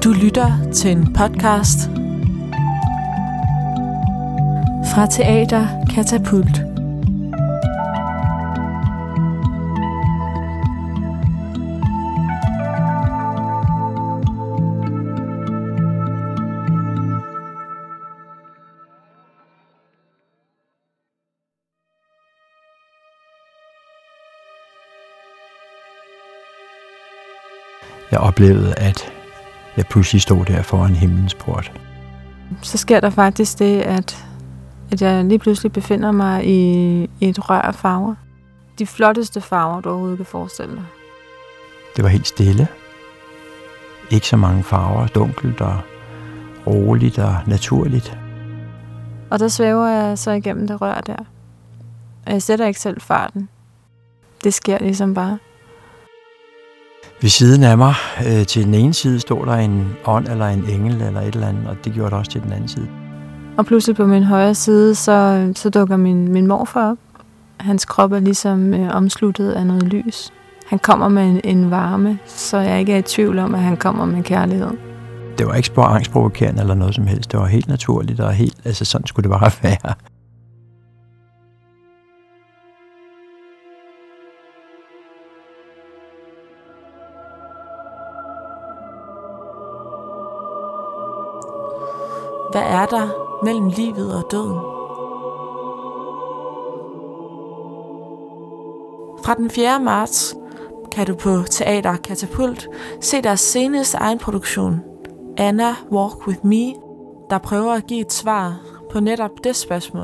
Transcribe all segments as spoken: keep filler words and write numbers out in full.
Du lytter til en podcast fra Teater Katapult. Jeg oplevede, at jeg pludselig stod der foran himlens port. Så sker der faktisk det, at, at jeg lige pludselig befinder mig i, i et rør af farver. De flotteste farver, du overhovedet kan forestille dig. Det var helt stille. Ikke så mange farver. Dunkelt og roligt og naturligt. Og der svæver jeg så igennem det rør der. Og jeg sætter ikke selv farten. Det sker ligesom bare. Ved siden af mig, øh, til den ene side, stod der en ånd eller en engel eller et eller andet, og det gjorde det også til den anden side. Og pludselig på min højre side, så, så dukker min, min morfar op. Hans krop er ligesom øh, omsluttet af noget lys. Han kommer med en, en varme, så jeg ikke er i tvivl om, at han kommer med kærlighed. Det var ikke spor angstprovokerende eller noget som helst. Det var helt naturligt og helt, altså sådan skulle det bare være. Hvad er der mellem livet og døden? Fra den fjerde marts kan du på Teater Katapult se deres seneste egenproduktion, Anna Walk With Me, der prøver at give et svar på netop det spørgsmål.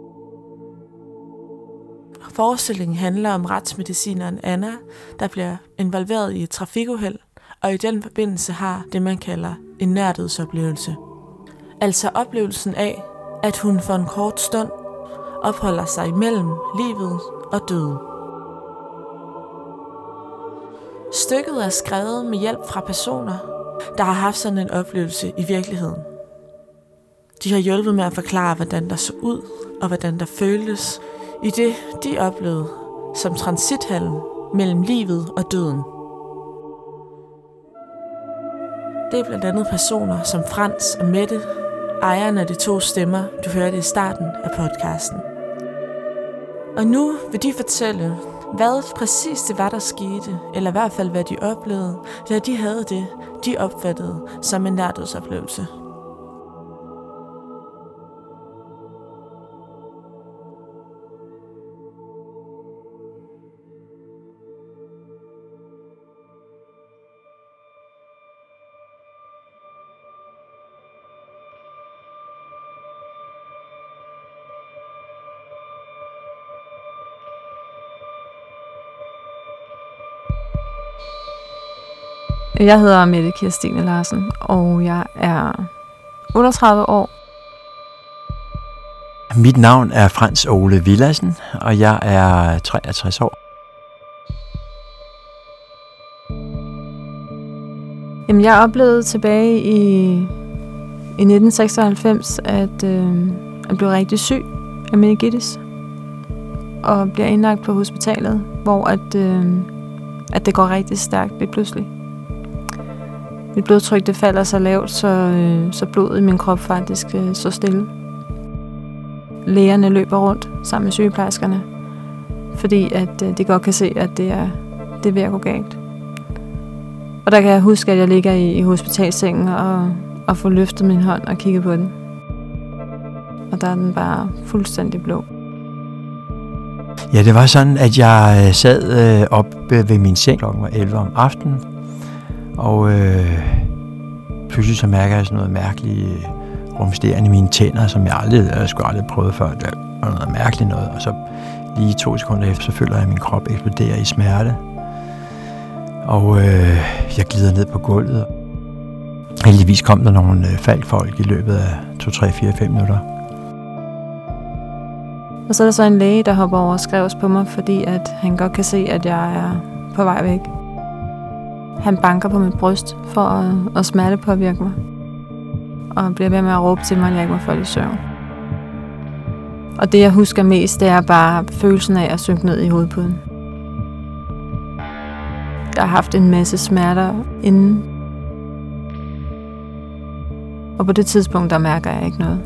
Forestillingen handler om retsmedicineren Anna, der bliver involveret i et trafikuheld, og i den forbindelse har det, man kalder en nærdødsoplevelse. Altså oplevelsen af, at hun for en kort stund opholder sig imellem livet og døden. Stykket er skrevet med hjælp fra personer, der har haft sådan en oplevelse i virkeligheden. De har hjulpet med at forklare, hvordan der så ud og hvordan der føltes i det, de oplevede som transithallen mellem livet og døden. Det er blandt andet personer som Frans og Mette, ejeren af de to stemmer, du hørte i starten af podcasten. Og nu vil de fortælle, hvad præcis det var, der skete, eller i hvert fald, hvad de oplevede, da de havde det, de opfattede som en nærdødsoplevelse. Jeg hedder Mette Kirstine Larsen, og jeg er otteogtredive år. Mit navn er Frans Ole Villadsen, og jeg er treogtres år. Jamen, jeg oplevede tilbage i, i nitten seksoghalvfems, at øh, jeg blev rigtig syg af meningitis, og bliver indlagt på hospitalet, hvor at, øh, at det går rigtig stærkt lige pludselig. Mit blodtryk det falder så lavt, så, øh, så blodet i min krop faktisk øh, så stille. Lægerne løber rundt sammen med sygeplejerskerne, fordi at øh, de godt kan se, at det er, det er ved at gå galt. Og der kan jeg huske, at jeg ligger i, i hospitalsengen og, og får løftet min hånd og kigget på den. Og der er den bare fuldstændig blå. Ja, det var sådan, at jeg sad øh, op ved min seng klokken var elleve om aftenen. Og øh, pludselig så mærker jeg sådan noget mærkeligt øh, rumsteren i mine tænder, som jeg aldrig, jeg skulle aldrig prøve før. Det var noget mærkeligt noget. Og så lige to sekunder efter, så føler jeg, at min krop eksploderer i smerte. Og øh, jeg glider ned på gulvet. Heldigvis kom der nogle øh, falkfolk i løbet af to, tre, fire, fem minutter. Og så er der så en læge, der hopper over og skrives på mig, fordi at han godt kan se, at jeg er på vej væk. Han banker på mit bryst for at, at smertepåvirke mig. Og bliver ved med at råbe til mig, at jeg ikke må falde i søvn. Og det, jeg husker mest, det er bare følelsen af at synke ned i hovedpuden. Jeg har haft en masse smerter inden. Og på det tidspunkt, der mærker jeg ikke noget.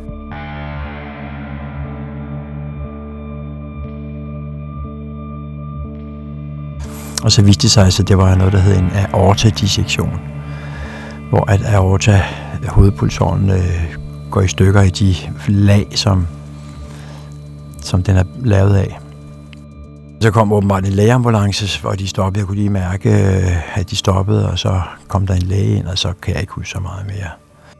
Og så viste det sig, at det var noget, der hed en aortadissektion, hvor at aorta, hovedpulsåren, øh, går i stykker i de lag, som, som den er lavet af. Så kom åbenbart en lægeambulance, hvor de stoppede. Jeg kunne lige mærke, at de stoppede, og så kom der en læge ind, og så kan jeg ikke huske så meget mere.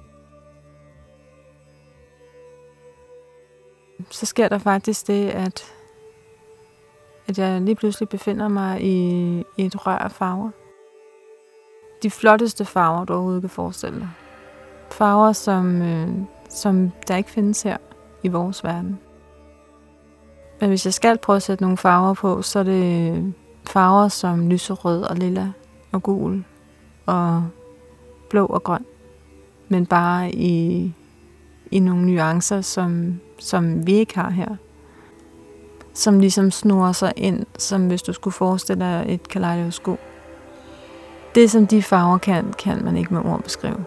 Så sker der faktisk det, at, at jeg lige pludselig befinder mig i, i et rør af farver. De flotteste farver, du overhovedet kan forestille dig. Farver, som, øh, som der ikke findes her i vores verden. Men hvis jeg skal prøve at sætte nogle farver på, så er det farver som lyserød og lilla og gul og blå og grøn. Men bare i, i nogle nuancer, som, som vi ikke har her. Som ligesom snurrer sig ind, som hvis du skulle forestille dig et kaleidoskop. Det, som de farver kan, kan man ikke med ord beskrive.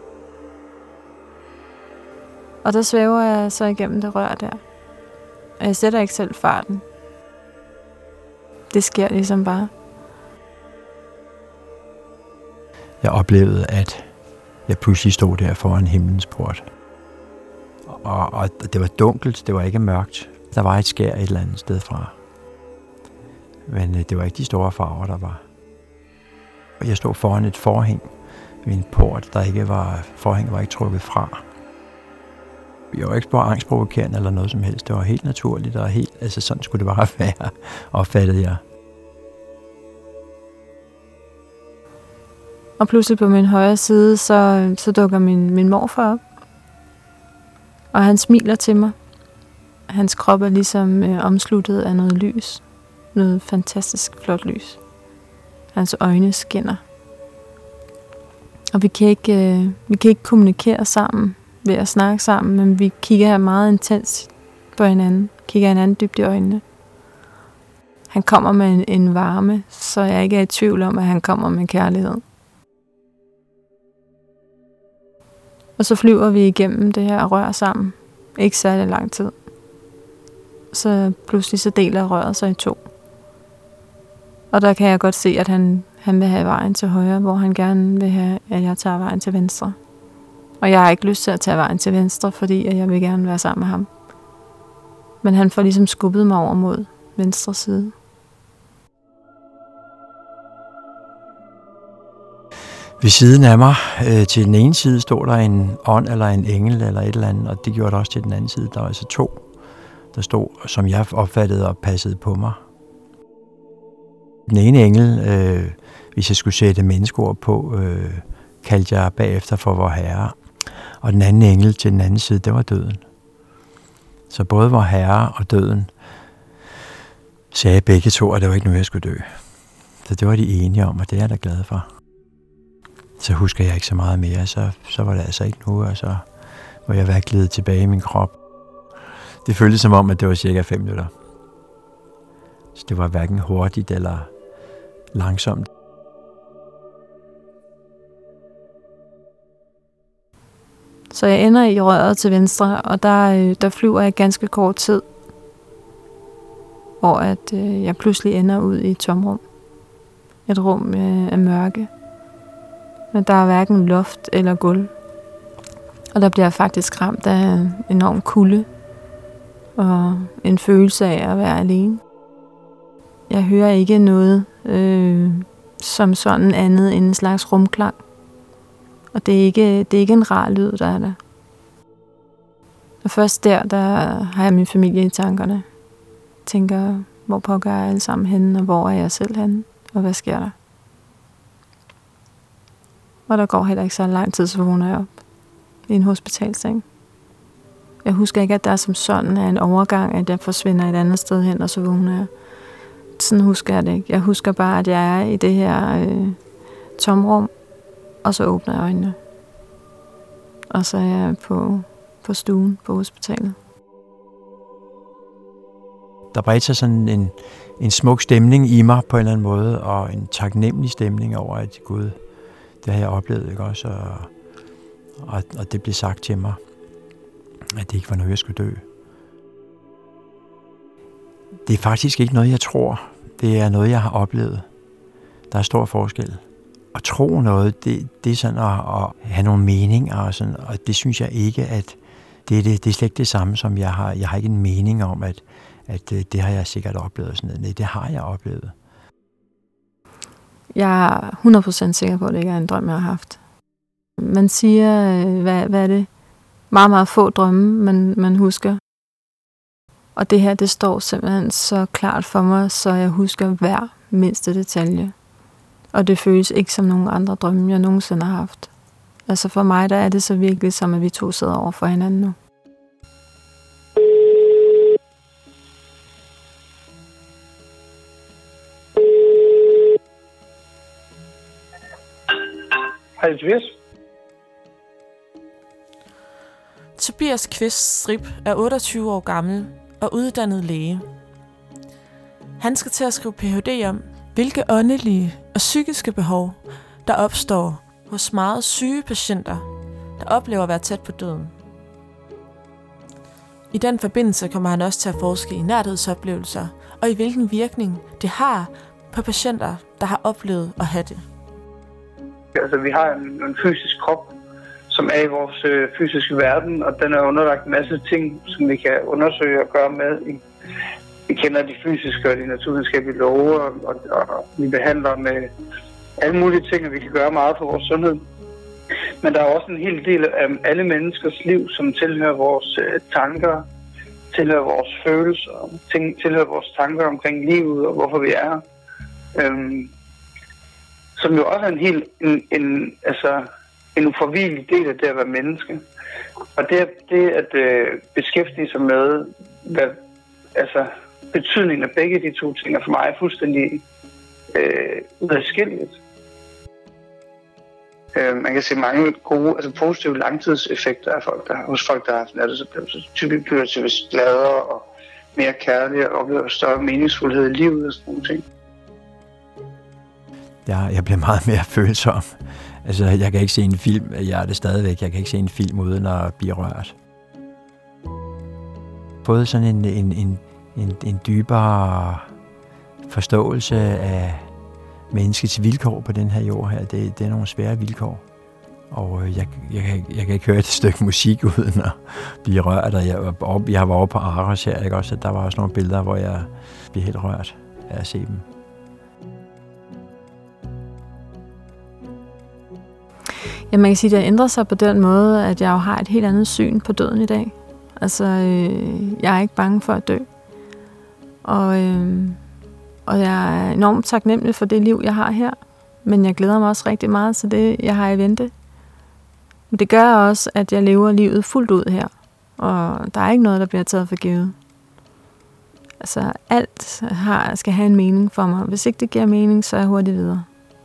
Og der svæver jeg så igennem det rør der. Og jeg sætter ikke selv farten. Det sker ligesom bare. Jeg oplevede, at jeg pludselig stod der foran himlens port. Og, og det var dunkelt, det var ikke mørkt. Der var et skær et eller andet sted fra. Men det var ikke de store farver, der var. Jeg stod foran et forhæng ved en port, der ikke var, forhænget var ikke trukket fra. Jeg var ikke bare angstprovokerende eller noget som helst. Det var helt naturligt og helt, altså sådan skulle det bare være, opfattede jeg. Og pludselig på min højre side, så, så dukker min, min morfar op. Og han smiler til mig. Hans krop er ligesom øh, omsluttet af noget lys. Noget fantastisk flot lys. Hans øjne skinner. Og vi kan ikke, øh, vi kan ikke kommunikere sammen ved at snakke sammen, men vi kigger meget intens på hinanden. Kigger hinanden dybt i øjnene. Han kommer med en, en varme, så jeg ikke er i tvivl om, at han kommer med kærlighed. Og så flyver vi igennem det her rør sammen. Ikke særlig lang tid. Så pludselig så deler røret sig i to. Og der kan jeg godt se, at han, han vil have vejen til højre, hvor han gerne vil have, at jeg tager vejen til venstre. Og jeg har ikke lyst til at tage vejen til venstre, fordi jeg vil gerne være sammen med ham. Men han får ligesom skubbet mig over mod venstre side. Ved siden af mig, øh, til den ene side, stod der en ånd eller en engel eller et eller andet, og det gjorde det også til den anden side. Der var altså to, der stod, som jeg opfattede og passede på mig. Den ene engel, øh, hvis jeg skulle sætte menneskeord på, øh, kaldte jeg bagefter for vor Herre. Og den anden engel til den anden side, det var døden. Så både vor Herre og døden sagde begge to, at det var ikke noget, jeg skulle dø. Så det var de enige om, og det er jeg da glad for. Så husker jeg ikke så meget mere, så, så var det altså ikke nu, og så var jeg været glædet tilbage i min krop. Det føltes som om, at det var cirka fem minutter. Så det var hverken hurtigt eller langsomt. Så jeg ender i røret til venstre, og der, der flyver jeg ganske kort tid, hvor at, øh, jeg pludselig ender ud i et tomrum. Et rum øh, af mørke. Men der er hverken loft eller gulv. Og der bliver jeg faktisk ramt af enorm kulde og en følelse af at være alene. Jeg hører ikke noget øh, som sådan andet end en slags rumklang. Og det er ikke, det er ikke en rar lyd, der er der. Og først der, der har jeg min familie i tankerne. Tænker, hvor pokker jeg alle sammen henne, og hvor er jeg selv henne, og hvad sker der? Og der går heller ikke så lang tid, så vågner jeg op i en hospitalseng. Jeg husker ikke, at der som sådan er en overgang, at jeg forsvinder et andet sted hen, og så vågner jeg. Sådan husker jeg det ikke. Jeg husker bare, at jeg er i det her øh, tomrum, og så åbner jeg øjnene. Og så er jeg på, på stuen på hospitalet. Der bredte sig sådan en, en smuk stemning i mig på en eller anden måde, og en taknemmelig stemning over, at Gud, det har jeg oplevet, ikke også? Og, og, og det blev sagt til mig, at det ikke var noget, jeg skulle dø. Det er faktisk ikke noget, jeg tror. Det er noget, jeg har oplevet. Der er stor forskel. At tro noget, det, det er sådan at, at have nogle meninger, og, sådan, og det synes jeg ikke, at det er, det, det er slet ikke det samme, som jeg har. Jeg har ikke en mening om, at, at det har jeg sikkert oplevet. Sådan noget. Nej, det har jeg oplevet. Jeg er hundrede procent sikker på, at det ikke er en drøm, jeg har haft. Man siger, hvad, hvad er det? Meget, meget få drømme, man, man husker. Og det her, det står simpelthen så klart for mig, så jeg husker hver mindste detalje. Og det føles ikke som nogen andre drømme, jeg nogensinde har haft. Altså for mig, der er det så virkelig som, at vi to sidder over for hinanden nu. Hej, Tobias. Tobias Kvist Strib er otteogtyve år gammel og uddannet læge. Han skal til at skrive P H D om, hvilke åndelige og psykiske behov, der opstår hos meget syge patienter, der oplever at være tæt på døden. I den forbindelse kommer han også til at forske i nærhedsoplevelser og i hvilken virkning det har på patienter, der har oplevet at have det. Altså, vi har en, en fysisk krop, som er i vores øh, fysiske verden, og den er underlagt en masse ting, som vi kan undersøge og gøre med. Vi kender de fysiske og de naturvidenskabelige love, og, og, og vi behandler med alle mulige ting, og vi kan gøre meget for vores sundhed. Men der er også en hel del af alle menneskers liv, som tilhører vores øh, tanker, tilhører vores følelser, ting, tilhører vores tanker omkring livet og hvorfor vi er her. Øhm, som jo også er en helt en, en, altså, en uforvigelig del af det at være menneske. Og det, det at øh, beskæftige sig med, hvad, altså betydningen af begge de to ting, er for mig fuldstændig øh, udadskilligt. Øh, man kan se mange gode, altså positive langtidseffekter af folk, der, hos folk, der har haft nærhedsoplevelser. Typisk bliver til gladere og mere kærlige og oplever større meningsfuldhed i livet og sådan nogle ting. Jeg, jeg bliver meget mere følsom. Altså, jeg kan ikke se en film, jeg er det stadigvæk, jeg kan ikke se en film uden at blive rørt. Både sådan en, en, en, en, en dybere forståelse af menneskets vilkår på den her jord her, det, det er nogle svære vilkår. Og jeg, jeg, jeg, jeg kan ikke høre et stykke musik uden at blive rørt. Og jeg, op, jeg var over på Aros her, ikke også? Der var også nogle billeder, hvor jeg blev helt rørt af at se dem. Ja, man kan sige, at det ændrer sig på den måde, at jeg jo har et helt andet syn på døden i dag. Altså, øh, jeg er ikke bange for at dø. Og, øh, og jeg er enormt taknemmelig for det liv, jeg har her. Men jeg glæder mig også rigtig meget til det, jeg har i vente. Men det gør også, at jeg lever livet fuldt ud her. Og der er ikke noget, der bliver taget for givet. Altså, alt har, skal have en mening for mig. Hvis ikke det giver mening, så er jeg hurtigt videre.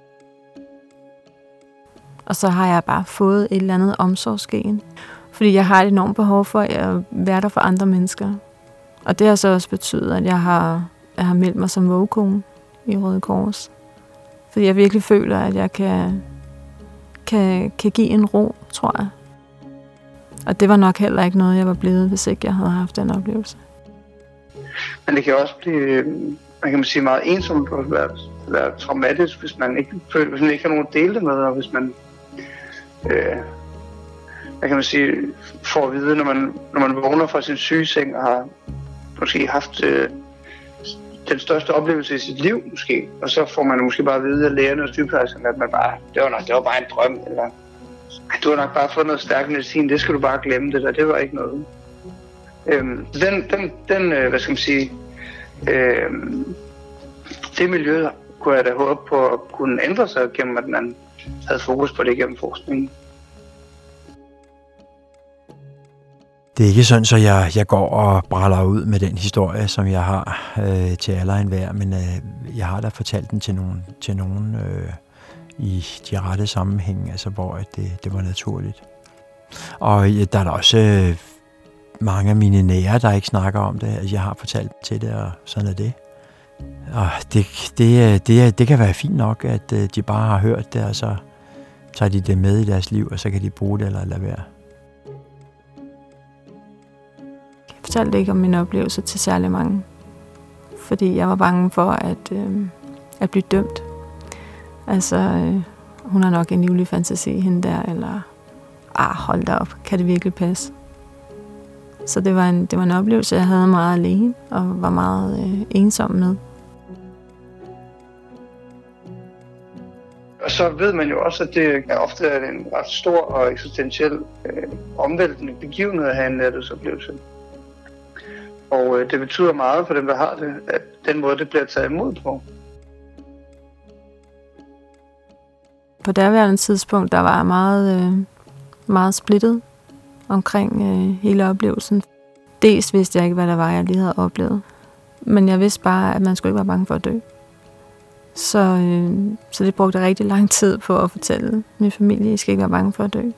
Og så har jeg bare fået et eller andet omsorgsgen. Fordi jeg har et enormt behov for at være der for andre mennesker. Og det har så også betydet, at jeg har, jeg har meldt mig som vågekone i Røde Kors. Fordi jeg virkelig føler, at jeg kan, kan, kan give en ro, tror jeg. Og det var nok heller ikke noget, jeg var blevet, hvis ikke jeg havde haft den oplevelse. Men det kan også blive, man kan sige, meget ensomt og være, være traumatisk, hvis man ikke føler, hvis man ikke har nogen at dele det med, og hvis man, øh, hvad kan man sige, får at vide, når man, når man vågner fra sin sygeseng og har måske haft øh, den største oplevelse i sit liv, måske, og så får man måske bare at vide af lægerne og sygeplejerskerne, at man bare, det var nok, det var bare en drøm, eller du har nok bare fået noget stærk medicin, det skal du bare glemme, det der, det var ikke noget. Øhm, den, den, den øh, hvad skal man sige, øh, det miljø kunne jeg da håbe på at kunne ændre sig gennem, at man havde fokus på det gennem forskningen. Det er ikke sådan, så jeg, jeg går og bræller ud med den historie, som jeg har øh, til alle og enhver, men øh, jeg har da fortalt den til nogen, til nogen øh, i de rette sammenhænge, altså hvor det, det var naturligt. Og ja, der er der også øh, mange af mine nære, der ikke snakker om det. Altså, jeg har fortalt til det, og sådan er det. Og det, det, det, det kan være fint nok, at de bare har hørt det, og så tager de det med i deres liv, og så kan de bruge det eller lade være. Jeg fortalte ikke om min oplevelse til særlig mange, fordi jeg var bange for at, øh, at blive dømt. Altså, øh, hun har nok en livlig fantasi, hende der, eller ah, hold da op, kan det virkelig passe? Så det var en, det var en oplevelse, jeg havde meget alene, og var meget øh, ensom med. Og så ved man jo også, at det ofte er en ret stor og eksistentiel øh, omvæltende begivenhed at have en nærdødsoplevelse. Og øh, det betyder meget for dem, der har det, at den måde, det bliver taget imod på. På derværende tidspunkt, der var jeg meget, øh, meget splittet omkring øh, hele oplevelsen. Dels vidste jeg ikke, hvad der var, jeg lige havde oplevet. Men jeg vidste bare, at man skulle ikke være bange for at dø. Så, øh, så det brugte rigtig lang tid på at fortælle min familie, I skal ikke være bange for at dø.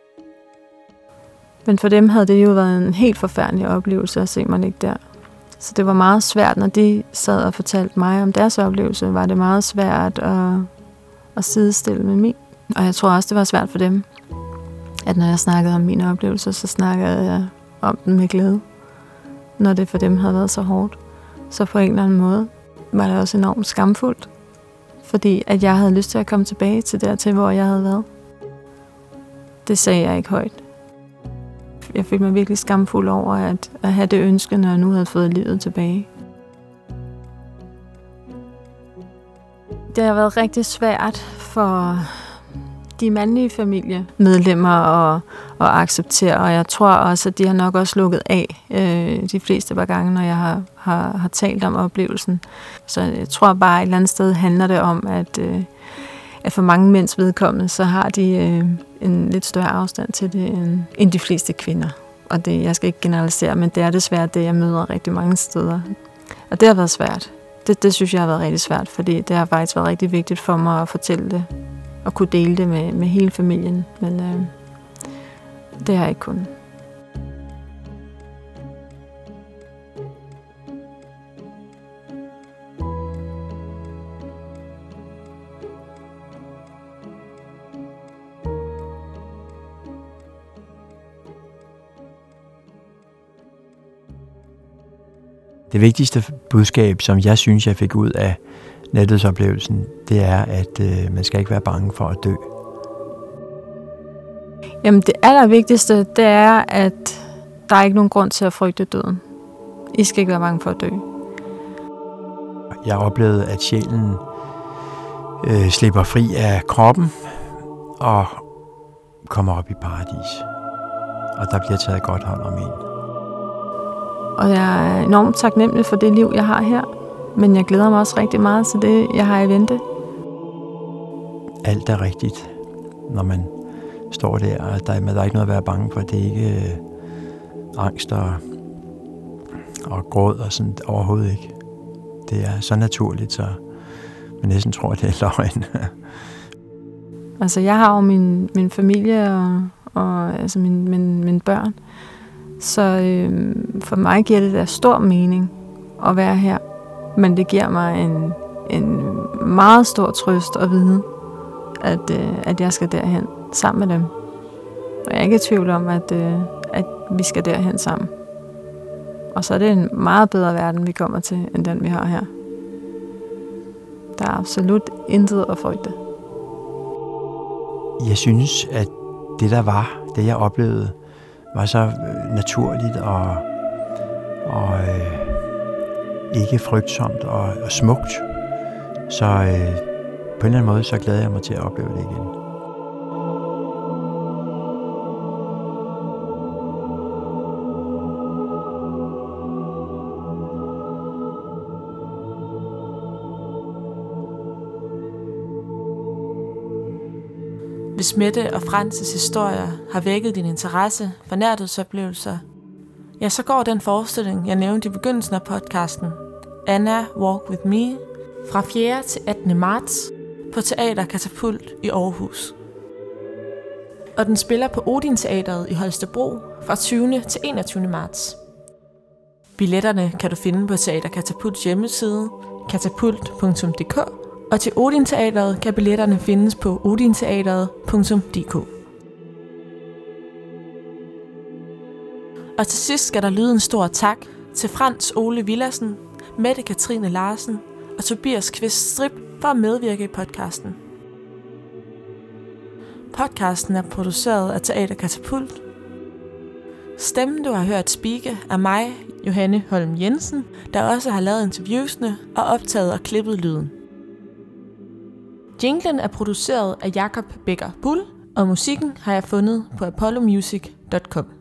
Men for dem havde det jo været en helt forfærdelig oplevelse at se mig ligge der. Så det var meget svært, når de sad og fortalte mig om deres oplevelse, var det meget svært at, at sidestille med min. Og jeg tror også, det var svært for dem, at når jeg snakkede om mine oplevelser, så snakkede jeg om den med glæde. Når det for dem havde været så hårdt. Så på en eller anden måde var det også enormt skamfuldt. Fordi at jeg havde lyst til at komme tilbage til dertil, hvor jeg havde været. Det sagde jeg ikke højt. Jeg følte mig virkelig skamfuld over at, at have det ønske, når jeg nu havde fået livet tilbage. Det har været rigtig svært for de mandlige familiemedlemmer at, at acceptere, og jeg tror også, at de har nok også lukket af øh, de fleste par gange, når jeg har, har, har talt om oplevelsen. Så jeg tror bare, at et eller andet sted handler det om, at, øh, at for mange mænds vedkommende, så har de øh, en lidt større afstand til det end, end de fleste kvinder. Og det, jeg skal ikke generalisere, men det er desværre det, jeg møder rigtig mange steder. Og det har været svært. Det, det synes jeg har været rigtig svært, fordi det har faktisk været rigtig vigtigt for mig at fortælle det. Og kunne dele det med, med hele familien, men øh, det har jeg ikke kunnet. Det vigtigste budskab, som jeg synes, jeg fik ud af nærdødsoplevelsen, det er, at øh, man skal ikke være bange for at dø. Jamen det allervigtigste, det er, at der er ikke nogen grund til at frygte døden. I skal ikke være bange for at dø. Jeg oplevede, at sjælen øh, slipper fri af kroppen og kommer op i paradis. Og der bliver taget godt hånd om en. Og jeg er enormt taknemmelig for det liv, jeg har her. Men jeg glæder mig også rigtig meget til det, jeg har i vente. Alt er rigtigt, når man står der, og der, der er ikke noget at være bange for. Det er ikke øh, angst og, og gråd og sådan overhovedet ikke. Det er så naturligt, så man næsten tror, at det er løgn. Altså, jeg har jo min, min familie og, og altså min, min, mine børn. Så øh, for mig giver det da stor mening at være her. Men det giver mig en, en meget stor trøst at vide, at, øh, at jeg skal derhen sammen med dem. Og jeg er ikke i tvivl om, at, øh, at vi skal derhen sammen. Og så er det en meget bedre verden, vi kommer til, end den vi har her. Der er absolut intet at frygte. Jeg synes, at det der var, det jeg oplevede, var så naturligt og, og øh, ikke frygtsomt og, og smukt. Så øh, på en eller anden måde, så glæder jeg mig til at opleve det igen. Hvis Mette og Frans' historier har vækket din interesse for nærdødsoplevelser, ja, så går den forestilling, jeg nævnte i begyndelsen af podcasten, Anna Walk With Me, fra fjerde til attende marts på Teater Katapult i Aarhus. Og den spiller på Odin Teatret i Holstebro fra tyvende til enogtyvende marts. Billetterne kan du finde på Teater Katapults hjemmeside katapult punktum d k Og til Odin Teatret kan billetterne findes på odinteatret punktum d k. Og til sidst skal der lyde en stor tak til Frans Ole Villadsen, Mette Katrine Larsen og Tobias Kvist Strip for at medvirke i podcasten. Podcasten er produceret af Teater Katapult. Stemmen, du har hørt speake, er mig, Johanne Holm Jensen, der også har lavet interviewsene og optaget og klippet lyden. Jinglen er produceret af Jakob Becker Bull, og musikken har jeg fundet på apollo music punktum com.